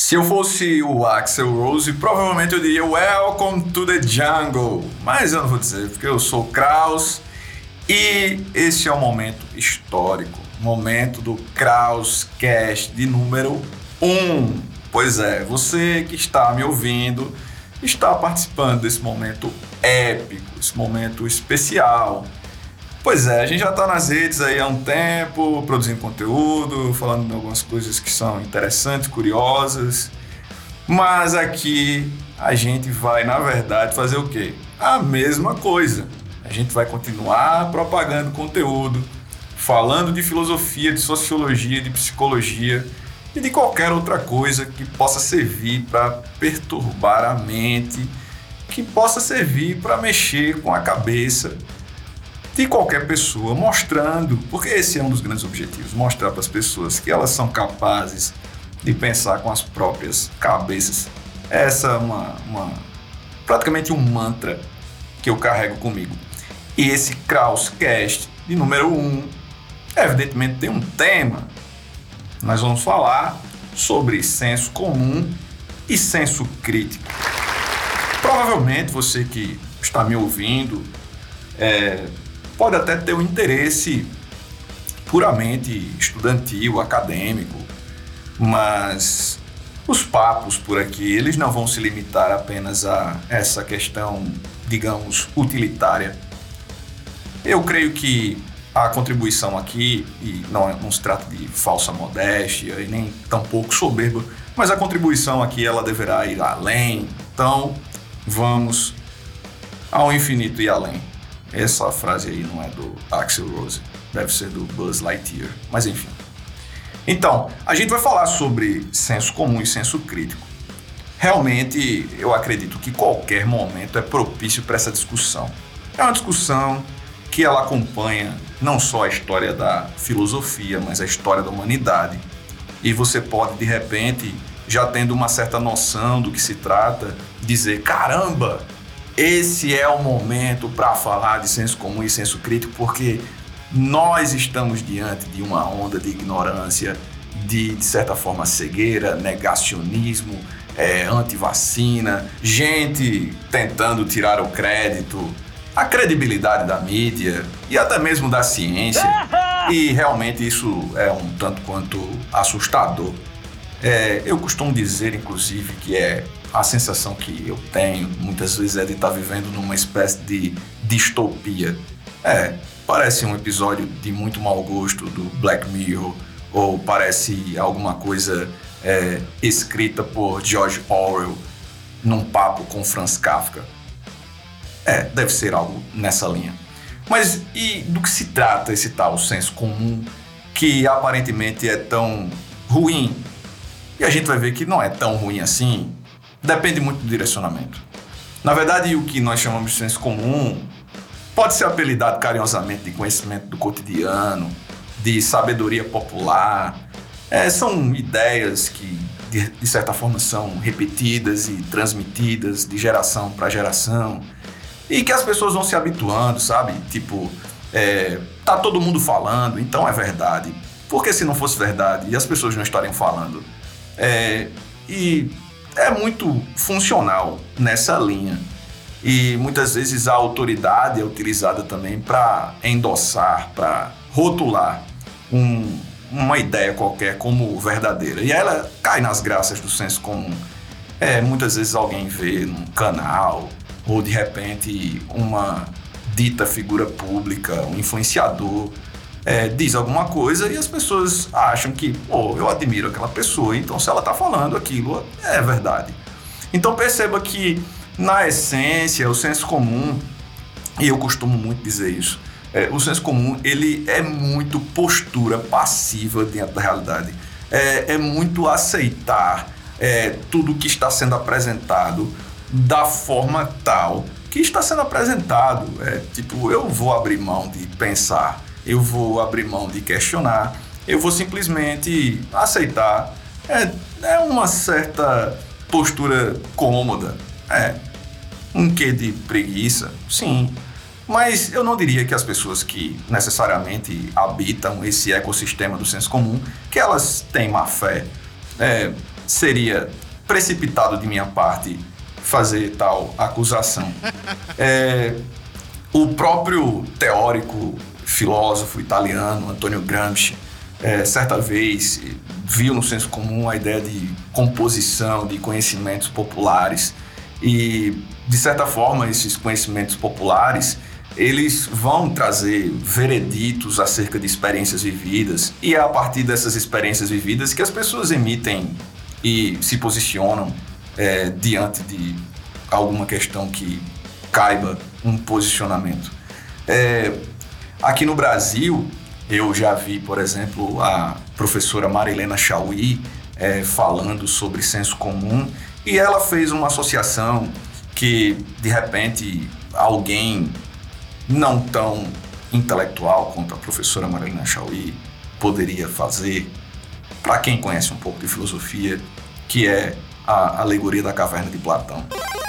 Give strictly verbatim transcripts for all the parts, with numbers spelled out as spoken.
Se eu fosse o Axl Rose, provavelmente eu diria Welcome to the Jungle. Mas eu não vou dizer, porque eu sou o Kraus e esse é o momento histórico. Momento do Krauscast de número um. Pois é, você que está me ouvindo está participando desse momento épico, esse momento especial. Pois é, a gente já está nas redes aí há um tempo, produzindo conteúdo, falando de algumas coisas que são interessantes, curiosas. Mas aqui a gente vai, na verdade, fazer o quê? A mesma coisa. A gente vai continuar propagando conteúdo, falando de filosofia, de sociologia, de psicologia e de qualquer outra coisa que possa servir para perturbar a mente, que possa servir para mexer com a cabeça de qualquer pessoa, mostrando, porque esse é um dos grandes objetivos, mostrar para as pessoas que elas são capazes de pensar com as próprias cabeças. Essa é uma, uma, praticamente um mantra que eu carrego comigo. E esse Krauscast de número um, evidentemente tem um tema. Nós vamos falar sobre senso comum e senso crítico. Provavelmente você que está me ouvindo é, pode até ter um interesse puramente estudantil, acadêmico, mas os papos por aqui, eles não vão se limitar apenas a essa questão, digamos, utilitária. Eu creio que a contribuição aqui, e não, não se trata de falsa modéstia e nem tampouco soberba, mas a contribuição aqui ela deverá ir além. Então, vamos ao infinito e além. Essa frase aí não é do Axl Rose, deve ser do Buzz Lightyear, mas enfim. Então, a gente vai falar sobre senso comum e senso crítico. Realmente, eu acredito que qualquer momento é propício para essa discussão. É uma discussão que ela acompanha não só a história da filosofia, mas a história da humanidade. E você pode, de repente, já tendo uma certa noção do que se trata, dizer, caramba, esse é o momento para falar de senso comum e senso crítico, porque nós estamos diante de uma onda de ignorância, de, de certa forma, cegueira, negacionismo, é, antivacina, gente tentando tirar o crédito, a credibilidade da mídia e até mesmo da ciência. E realmente isso é um tanto quanto assustador. É, eu costumo dizer, inclusive, que é a sensação que eu tenho, muitas vezes, é de estar vivendo numa espécie de distopia. É, parece um episódio de muito mau gosto do Black Mirror, ou parece alguma coisa é, escrita por George Orwell num papo com Franz Kafka. É, deve ser algo nessa linha. Mas e do que se trata esse tal senso comum que aparentemente é tão ruim? E a gente vai ver que não é tão ruim assim. Depende muito do direcionamento. Na verdade, o que nós chamamos de senso comum pode ser apelidado carinhosamente de conhecimento do cotidiano, de sabedoria popular. É, são ideias que, de, de certa forma, são repetidas e transmitidas de geração para geração e que as pessoas vão se habituando, sabe? Tipo, é, tá todo mundo falando, então é verdade. Porque se não fosse verdade e as pessoas não estariam falando? É, e é muito funcional nessa linha. E muitas vezes a autoridade é utilizada também para endossar, para rotular um, uma ideia qualquer como verdadeira. E ela cai nas graças do senso comum. É, muitas vezes alguém vê num canal, ou de repente uma dita figura pública, um influenciador, é, diz alguma coisa e as pessoas acham que, pô, eu admiro aquela pessoa, então se ela está falando aquilo, é verdade. Então perceba que, na essência, o senso comum, e eu costumo muito dizer isso, é, o senso comum ele é muito postura passiva diante da realidade. É, é muito aceitar é, tudo que está sendo apresentado da forma tal que está sendo apresentado. É, tipo, eu vou abrir mão de pensar, eu vou abrir mão de questionar, eu vou simplesmente aceitar. É, é uma certa postura cômoda, é um quê de preguiça, sim, mas eu não diria que as pessoas que necessariamente habitam esse ecossistema do senso comum, que elas têm má fé. É, seria precipitado de minha parte fazer tal acusação. É, o próprio teórico, filósofo italiano Antonio Gramsci, é, certa vez viu no senso comum a ideia de composição de conhecimentos populares e, de certa forma, esses conhecimentos populares eles vão trazer vereditos acerca de experiências vividas e é a partir dessas experiências vividas que as pessoas emitem e se posicionam é, diante de alguma questão que caiba um posicionamento. É, aqui no Brasil, eu já vi, por exemplo, a professora Marilena Chauí é, falando sobre senso comum e ela fez uma associação que, de repente, alguém não tão intelectual quanto a professora Marilena Chauí poderia fazer, para quem conhece um pouco de filosofia, que é a alegoria da caverna de Platão.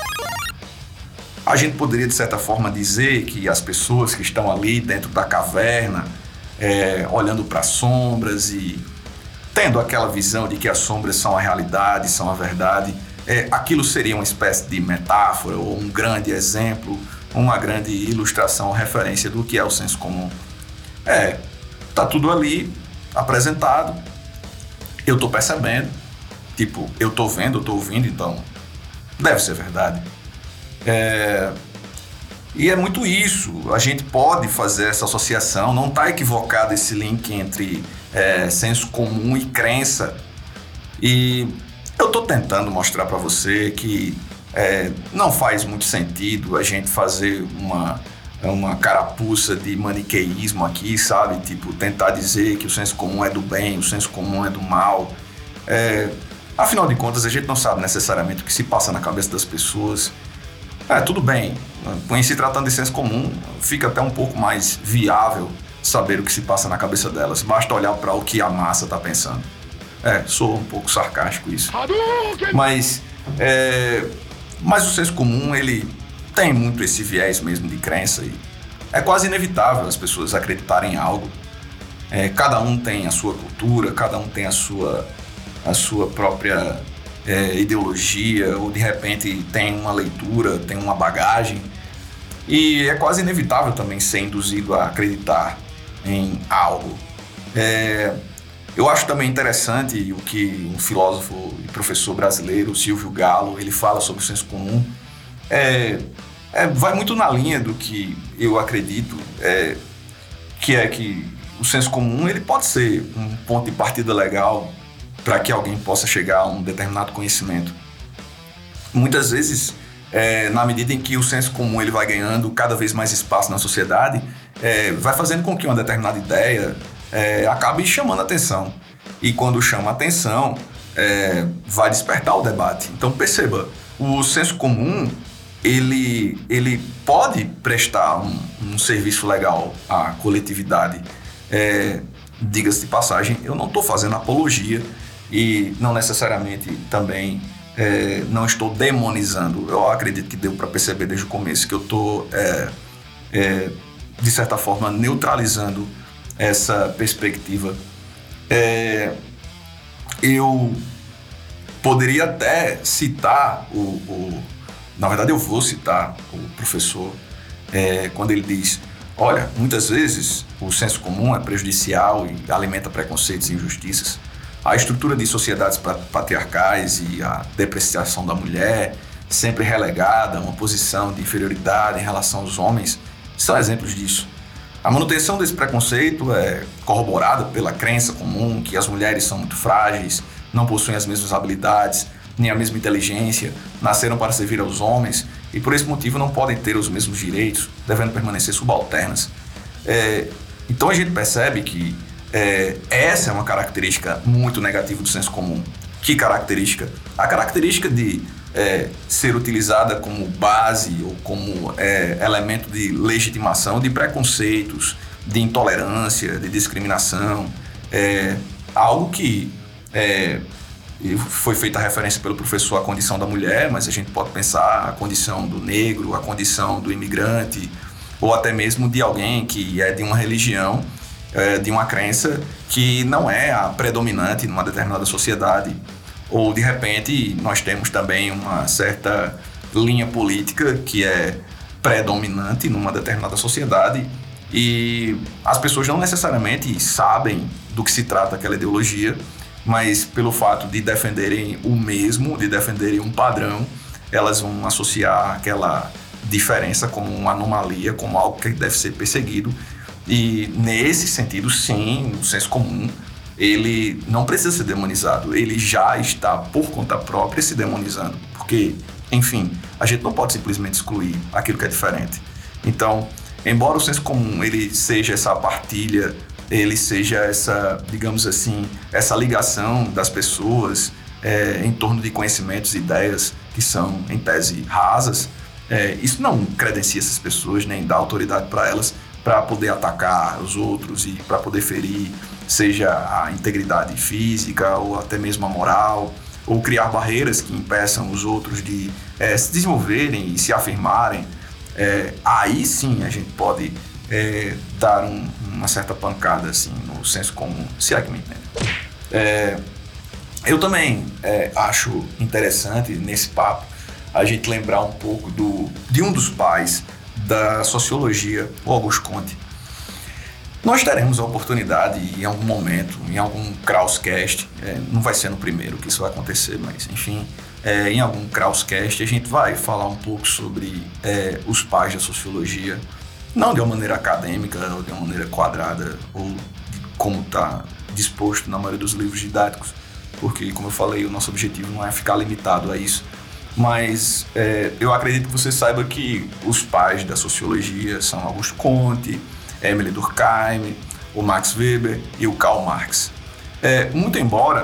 A gente poderia, de certa forma, dizer que as pessoas que estão ali dentro da caverna, é, olhando para as sombras e tendo aquela visão de que as sombras são a realidade, são a verdade, é, aquilo seria uma espécie de metáfora ou um grande exemplo, uma grande ilustração, referência do que é o senso comum. É, tá tudo ali apresentado, eu tô percebendo, tipo, eu tô vendo, eu tô ouvindo, então deve ser verdade. É, e é muito isso, a gente pode fazer essa associação, não tá equivocado esse link entre é, senso comum e crença. E eu tô tentando mostrar para você que É, não faz muito sentido a gente fazer uma, uma carapuça de maniqueísmo aqui, sabe? Tipo, tentar dizer que o senso comum é do bem, o senso comum é do mal. É, afinal de contas, a gente não sabe necessariamente o que se passa na cabeça das pessoas. É, tudo bem, em se tratando de senso comum, fica até um pouco mais viável saber o que se passa na cabeça delas. Basta olhar para o que a massa está pensando. É, sou um pouco sarcástico isso. Mas... É, Mas o senso comum, ele tem muito esse viés mesmo de crença e é quase inevitável as pessoas acreditarem em algo. É, cada um tem a sua cultura, cada um tem a sua, a sua própria é, ideologia ou de repente tem uma leitura, tem uma bagagem e é quase inevitável também ser induzido a acreditar em algo. É, Eu acho também interessante o que um filósofo e professor brasileiro, Silvio Galo, ele fala sobre o senso comum. É, é, vai muito na linha do que eu acredito, é, que é que o senso comum ele pode ser um ponto de partida legal para que alguém possa chegar a um determinado conhecimento. Muitas vezes, é, na medida em que o senso comum ele vai ganhando cada vez mais espaço na sociedade, é, vai fazendo com que uma determinada ideia É, acabe chamando a atenção. E quando chama a atenção, é, vai despertar o debate. Então perceba, o senso comum, ele, ele pode prestar um, um serviço legal à coletividade. É, diga-se de passagem, eu não estou fazendo apologia e não necessariamente também é, não estou demonizando. Eu acredito que deu para perceber desde o começo que eu estou, é, é, de certa forma, neutralizando essa perspectiva. É, eu poderia até citar o, o na verdade eu vou citar o professor é, quando ele diz, olha, muitas vezes o senso comum é prejudicial e alimenta preconceitos e injustiças. A estrutura de sociedades patriarcais e a depreciação da mulher, sempre relegada a uma posição de inferioridade em relação aos homens, são exemplos disso. A manutenção desse preconceito é corroborada pela crença comum que as mulheres são muito frágeis, não possuem as mesmas habilidades, nem a mesma inteligência, nasceram para servir aos homens e por esse motivo não podem ter os mesmos direitos, devendo permanecer subalternas. É, então a gente percebe que é, essa é uma característica muito negativa do senso comum. Que característica? A característica de É, ser utilizada como base ou como é, elemento de legitimação de preconceitos, de intolerância, de discriminação. É, algo que é, foi feita a referência pelo professor à condição da mulher, mas a gente pode pensar a condição do negro, a condição do imigrante, ou até mesmo de alguém que é de uma religião, é, de uma crença que não é a predominante numa determinada sociedade. Ou, de repente, nós temos também uma certa linha política que é predominante numa determinada sociedade e as pessoas não necessariamente sabem do que se trata aquela ideologia, mas pelo fato de defenderem o mesmo, de defenderem um padrão, elas vão associar aquela diferença como uma anomalia, como algo que deve ser perseguido. E nesse sentido, sim, o senso comum, ele não precisa ser demonizado, ele já está por conta própria se demonizando, porque, enfim, a gente não pode simplesmente excluir aquilo que é diferente. Então, embora o senso comum ele seja essa partilha, ele seja essa, digamos assim, essa ligação das pessoas é, em torno de conhecimentos e ideias que são, em tese, rasas, é, isso não credencia essas pessoas, nem dá autoridade para elas para poder atacar os outros e para poder ferir, seja a integridade física ou até mesmo a moral, ou criar barreiras que impeçam os outros de é, se desenvolverem e se afirmarem. É, aí sim a gente pode é, dar um, uma certa pancada assim, no senso comum, se é que me entende. É, eu também é, acho interessante nesse papo a gente lembrar um pouco do, de um dos pais da sociologia, o Auguste Comte. Nós teremos a oportunidade em algum momento, em algum Krauscast, é, não vai ser no primeiro que isso vai acontecer, mas enfim, é, em algum Krauscast a gente vai falar um pouco sobre é, os pais da sociologia, não de uma maneira acadêmica ou de uma maneira quadrada ou de como está disposto na maioria dos livros didáticos, porque, como eu falei, o nosso objetivo não é ficar limitado a isso. Mas é, eu acredito que você saiba que os pais da sociologia são Auguste Comte, Émile Durkheim, o Max Weber e o Karl Marx. É, muito embora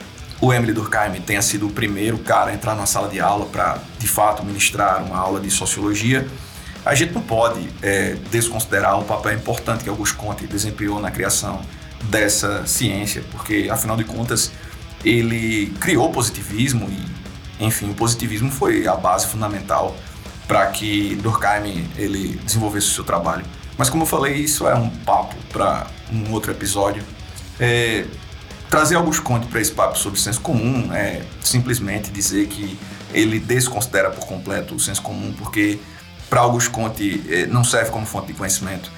o Émile Durkheim tenha sido o primeiro cara a entrar numa sala de aula para, de fato, ministrar uma aula de sociologia, a gente não pode é, desconsiderar o papel importante que Auguste Comte desempenhou na criação dessa ciência, porque, afinal de contas, ele criou o positivismo e, enfim, o positivismo foi a base fundamental para que Durkheim ele desenvolvesse o seu trabalho. Mas, como eu falei, isso é um papo para um outro episódio. É, trazer Auguste Comte para esse papo sobre senso comum é simplesmente dizer que ele desconsidera por completo o senso comum, porque para Auguste Comte é, não serve como fonte de conhecimento.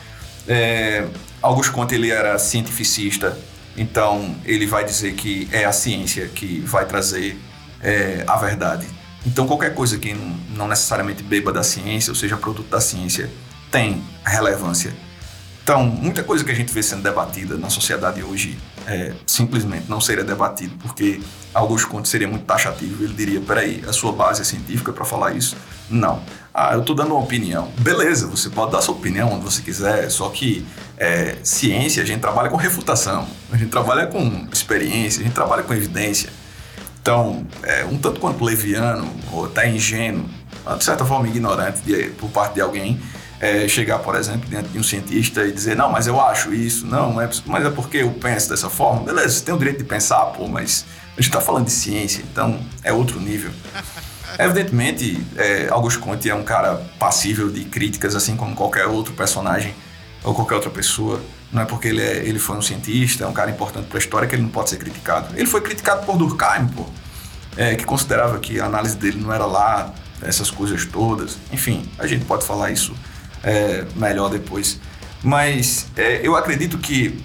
É, Auguste Comte ele era cientificista, então ele vai dizer que é a ciência que vai trazer É, a verdade. Então qualquer coisa que não, não necessariamente beba da ciência, ou seja, produto da ciência, tem relevância. Então, muita coisa que a gente vê sendo debatida na sociedade hoje é, simplesmente não seria debatido, porque Auguste Comte seria muito taxativo. Ele diria, peraí, a sua base é científica para falar isso? Não. Ah, eu estou dando uma opinião. Beleza, você pode dar sua opinião onde você quiser, só que é, ciência, a gente trabalha com refutação, a gente trabalha com experiência, a gente trabalha com evidência. Então, é, um tanto quanto leviano, ou até ingênuo, de certa forma ignorante de, por parte de alguém, é, chegar, por exemplo, diante de um cientista e dizer, não, mas eu acho isso, não, é, mas é porque eu penso dessa forma. Beleza, você tem o direito de pensar, pô, mas a gente está falando de ciência, então é outro nível. Evidentemente, é, Auguste Comte é um cara passível de críticas, assim como qualquer outro personagem ou qualquer outra pessoa. Não é porque ele, é, ele foi um cientista, é um cara importante para a história, que ele não pode ser criticado. Ele foi criticado por Durkheim, pô, é, que considerava que a análise dele não era lá, essas coisas todas. Enfim, a gente pode falar isso é, melhor depois. Mas é, eu acredito que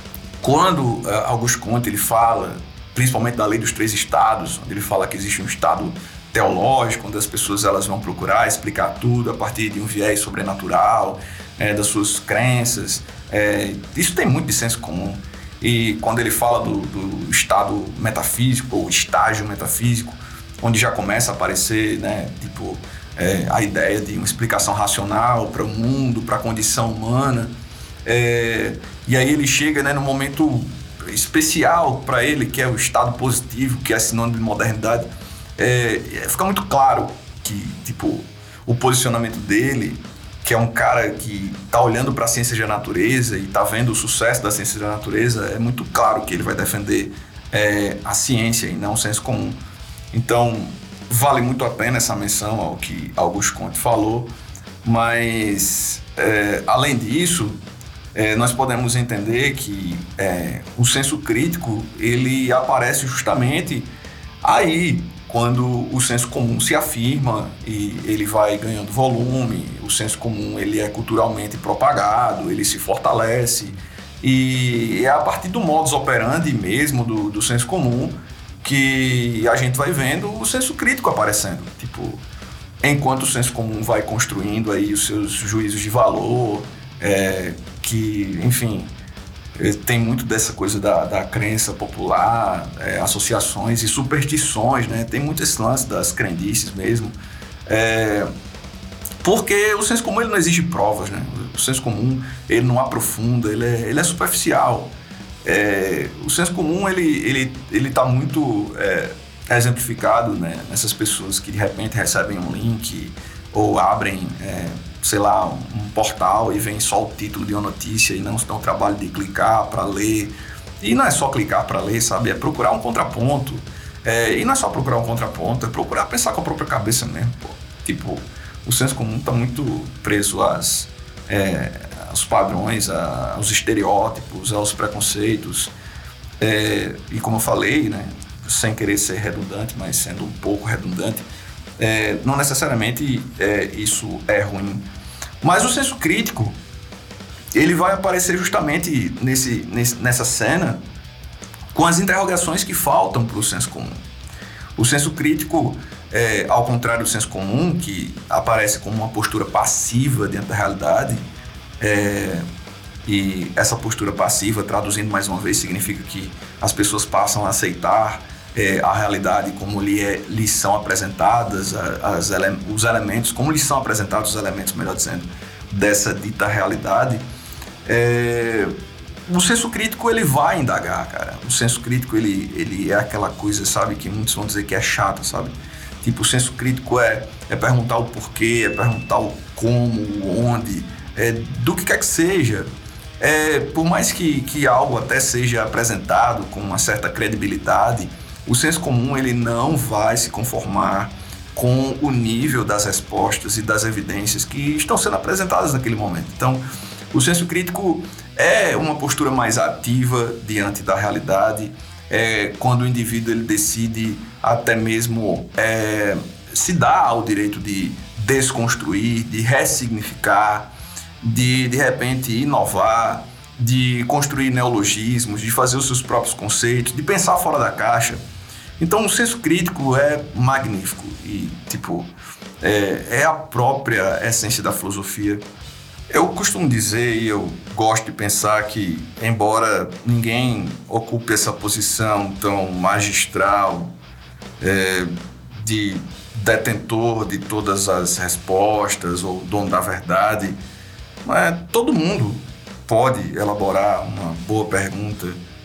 quando é, Auguste Comte ele fala, principalmente da lei dos três estados, onde ele fala que existe um estado teológico, onde as pessoas elas vão procurar explicar tudo a partir de um viés sobrenatural, é, das suas crenças. É, isso tem muito de senso comum. E quando ele fala do, do estado metafísico, ou estágio metafísico, onde já começa a aparecer, né, tipo, é, a ideia de uma explicação racional para o mundo, para a condição humana. É, e aí ele chega, né, no momento especial para ele, que é o estado positivo, que é sinônimo de modernidade. É, fica muito claro que, tipo, o posicionamento dele, que é um cara que está olhando para a ciência da natureza e está vendo o sucesso da ciência da natureza, é muito claro que ele vai defender é, a ciência e não o senso comum. Então, vale muito a pena essa menção ao que Auguste Comte falou, mas, é, além disso, é, nós podemos entender que é, o senso crítico, ele aparece justamente Aí, quando o senso comum se afirma e ele vai ganhando volume, o senso comum ele é culturalmente propagado, ele se fortalece, e é a partir do modus operandi mesmo do, do senso comum que a gente vai vendo o senso crítico aparecendo. Tipo, enquanto o senso comum vai construindo aí os seus juízos de valor, é, que, enfim, tem muito dessa coisa da, da crença popular, é, associações e superstições, né? Tem muito esse lance das crendices mesmo, é, porque o senso comum ele não exige provas, né? O senso comum ele não aprofunda, ele é, ele é superficial. É, o senso comum ele ele ele está muito é, exemplificado, né, nessas pessoas que de repente recebem um link ou abrem é, sei lá, um, um portal e vem só o título de uma notícia e não se dão o trabalho de clicar para ler. E não é só clicar para ler, sabe? É procurar um contraponto. É, e não é só procurar um contraponto, é procurar pensar com a própria cabeça mesmo, pô. Tipo, o senso comum está muito preso às é, aos padrões, aos estereótipos, aos preconceitos. É, e como eu falei, né, sem querer ser redundante, mas sendo um pouco redundante, é, não necessariamente é, isso é ruim. Mas o senso crítico, ele vai aparecer justamente nesse, nesse, nessa cena com as interrogações que faltam para o senso comum. O senso crítico, é, ao contrário do senso comum, que aparece como uma postura passiva diante da realidade, É, e essa postura passiva, traduzindo mais uma vez, significa que as pessoas passam a aceitar é, a realidade como lhe, é, lhe são apresentadas, as, as, os elementos, como lhes são apresentados os elementos, melhor dizendo, dessa dita realidade. É, o senso crítico ele vai indagar, cara. O senso crítico ele, ele é aquela coisa, sabe, que muitos vão dizer que é chata, sabe? Tipo, o senso crítico é, é perguntar o porquê, é perguntar o como, o onde, É, do que quer que seja. É, por mais que, que algo até seja apresentado com uma certa credibilidade, o senso comum ele não vai se conformar com o nível das respostas e das evidências que estão sendo apresentadas naquele momento. Então, o senso crítico é uma postura mais ativa diante da realidade, é quando o indivíduo ele decide até mesmo é, se dar ao direito de desconstruir, de ressignificar, de de repente inovar, de construir neologismos, de fazer os seus próprios conceitos, de pensar fora da caixa. Então o senso crítico é magnífico e tipo é, é a própria essência da filosofia. Eu costumo dizer e eu gosto de pensar que, embora ninguém ocupe essa posição tão magistral é, de detentor de todas as respostas ou dono da verdade, mas todo mundo pode elaborar uma boa pergunta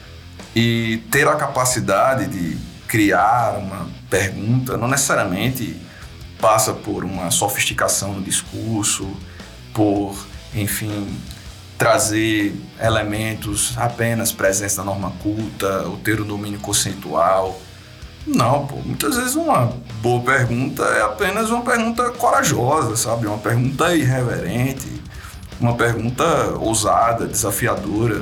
e ter a capacidade de criar uma pergunta não necessariamente passa por uma sofisticação no discurso, por, enfim, trazer elementos apenas presentes na norma culta, ou ter o domínio conceitual. Não, pô, muitas vezes uma boa pergunta é apenas uma pergunta corajosa, sabe? Uma pergunta irreverente, uma pergunta ousada, desafiadora.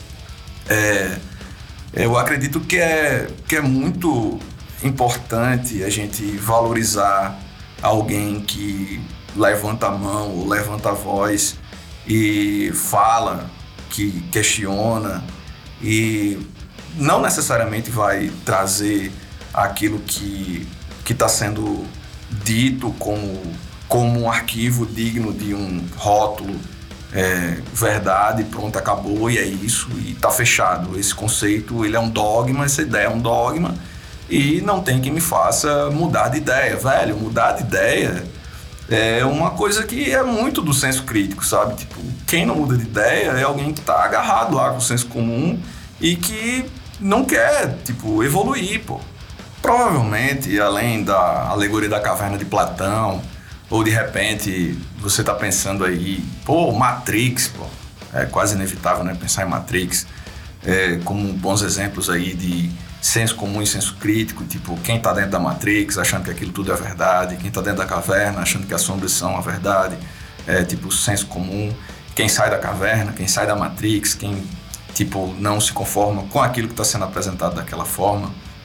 É, eu acredito que é, que é muito importante a gente valorizar alguém que levanta a mão ou levanta a voz e fala, que questiona e não necessariamente vai trazer aquilo que que está sendo dito como, como um arquivo digno de um rótulo. É, verdade, pronto, acabou e é isso, e tá fechado. Esse conceito, ele é um dogma, essa ideia é um dogma e não tem quem me faça mudar de ideia, velho. Mudar de ideia é uma coisa que é muito do senso crítico, sabe? Tipo, quem não muda de ideia é alguém que tá agarrado lá com o senso comum e que não quer, tipo, evoluir, pô. Provavelmente, além da alegoria da caverna de Platão, ou de repente você tá pensando aí, pô, Matrix, pô, é quase inevitável, né, pensar em Matrix, é, como bons exemplos aí de senso comum e senso crítico, tipo, quem tá dentro da Matrix achando que aquilo tudo é verdade, quem tá dentro da caverna achando que as sombras são a verdade, é tipo senso comum, quem sai da caverna, quem sai da Matrix, quem, tipo, não se conforma com aquilo que tá sendo apresentado daquela forma,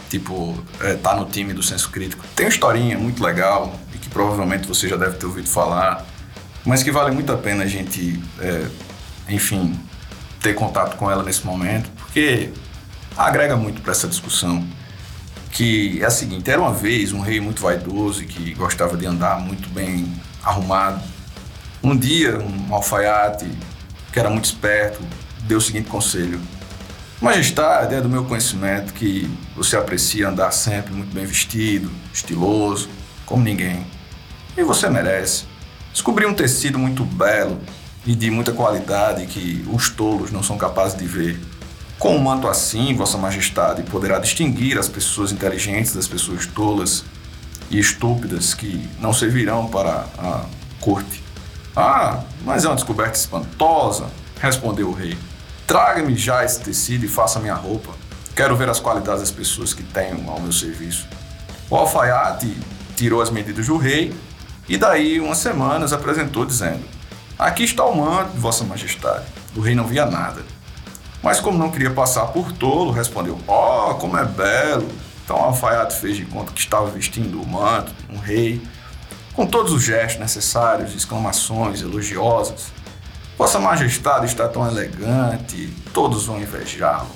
tipo, é, tá no time do Senso Crítico. Tem uma historinha muito legal, e que provavelmente você já deve ter ouvido falar, mas que vale muito a pena a gente, é, enfim, ter contato com ela nesse momento, porque agrega muito para essa discussão, que é a seguinte: era uma vez um rei muito vaidoso e que gostava de andar muito bem arrumado. Um dia, um alfaiate, que era muito esperto, deu o seguinte conselho: Majestade, é do meu conhecimento que você aprecia andar sempre muito bem vestido, estiloso, como ninguém. E você merece. Descobri um tecido muito belo e de muita qualidade que os tolos não são capazes de ver. Com um manto assim, Vossa Majestade poderá distinguir as pessoas inteligentes das pessoas tolas e estúpidas que não servirão para a corte. Ah, mas é uma descoberta espantosa, respondeu o rei. Traga-me já esse tecido e faça minha roupa. Quero ver as qualidades das pessoas que tenho ao meu serviço. O alfaiate tirou as medidas do rei e daí umas semanas apresentou dizendo: aqui está o manto de Vossa Majestade. O rei não via nada. Mas como não queria passar por tolo, respondeu: oh, como é belo. Então o alfaiate fez de conta que estava vestindo o manto de um rei, com todos os gestos necessários, exclamações elogiosas. Vossa Majestade está tão elegante, todos vão invejá-lo.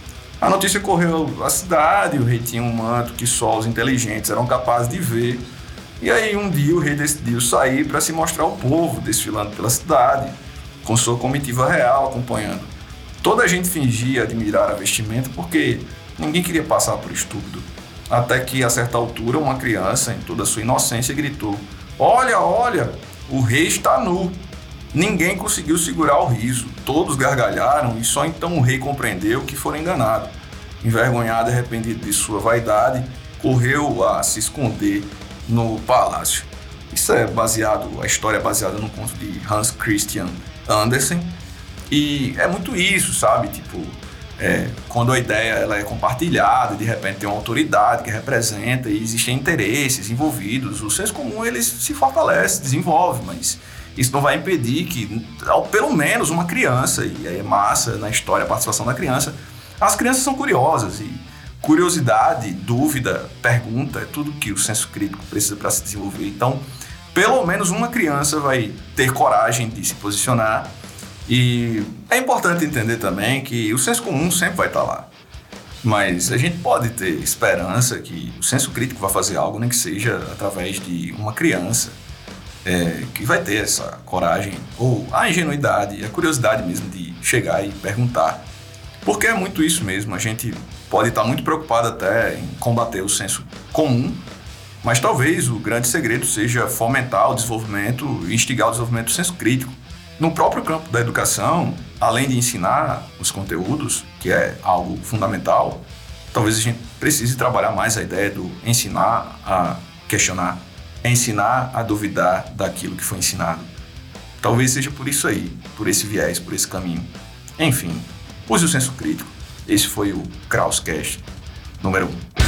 A notícia correu à cidade, o rei tinha um manto que só os inteligentes eram capazes de ver. E aí um dia o rei decidiu sair para se mostrar ao povo, desfilando pela cidade, com sua comitiva real acompanhando. Toda a gente fingia admirar a vestimenta porque ninguém queria passar por estúpido. Até que, a certa altura, uma criança, em toda a sua inocência, gritou: olha, olha, o rei está nu. Ninguém conseguiu segurar o riso. Todos gargalharam e só então o rei compreendeu que fora enganado. Envergonhado e arrependido de sua vaidade, correu a se esconder no palácio. Isso é baseado, a história é baseada no conto de Hans Christian Andersen. E é muito isso, sabe? Tipo, é, quando a ideia ela é compartilhada, de repente tem uma autoridade que representa e existem interesses envolvidos, o senso comum ele se fortalece, desenvolve, mas isso não vai impedir que, ao pelo menos, uma criança, e aí é massa na história a participação da criança, as crianças são curiosas e curiosidade, dúvida, pergunta, é tudo que o senso crítico precisa para se desenvolver. Então, pelo menos uma criança vai ter coragem de se posicionar. E é importante entender também que o senso comum sempre vai estar lá. Mas a gente pode ter esperança que o senso crítico vai fazer algo, nem que seja através de uma criança, é, que vai ter essa coragem, ou a ingenuidade, a curiosidade mesmo de chegar e perguntar. Porque é muito isso mesmo, a gente pode estar muito preocupado até em combater o senso comum, mas talvez o grande segredo seja fomentar o desenvolvimento e instigar o desenvolvimento do senso crítico. No próprio campo da educação, além de ensinar os conteúdos, que é algo fundamental, talvez a gente precise trabalhar mais a ideia do ensinar a questionar, ensinar a duvidar daquilo que foi ensinado. Talvez seja por isso aí, por esse viés, por esse caminho. Enfim, use o senso crítico. Esse foi o Krauscast número um.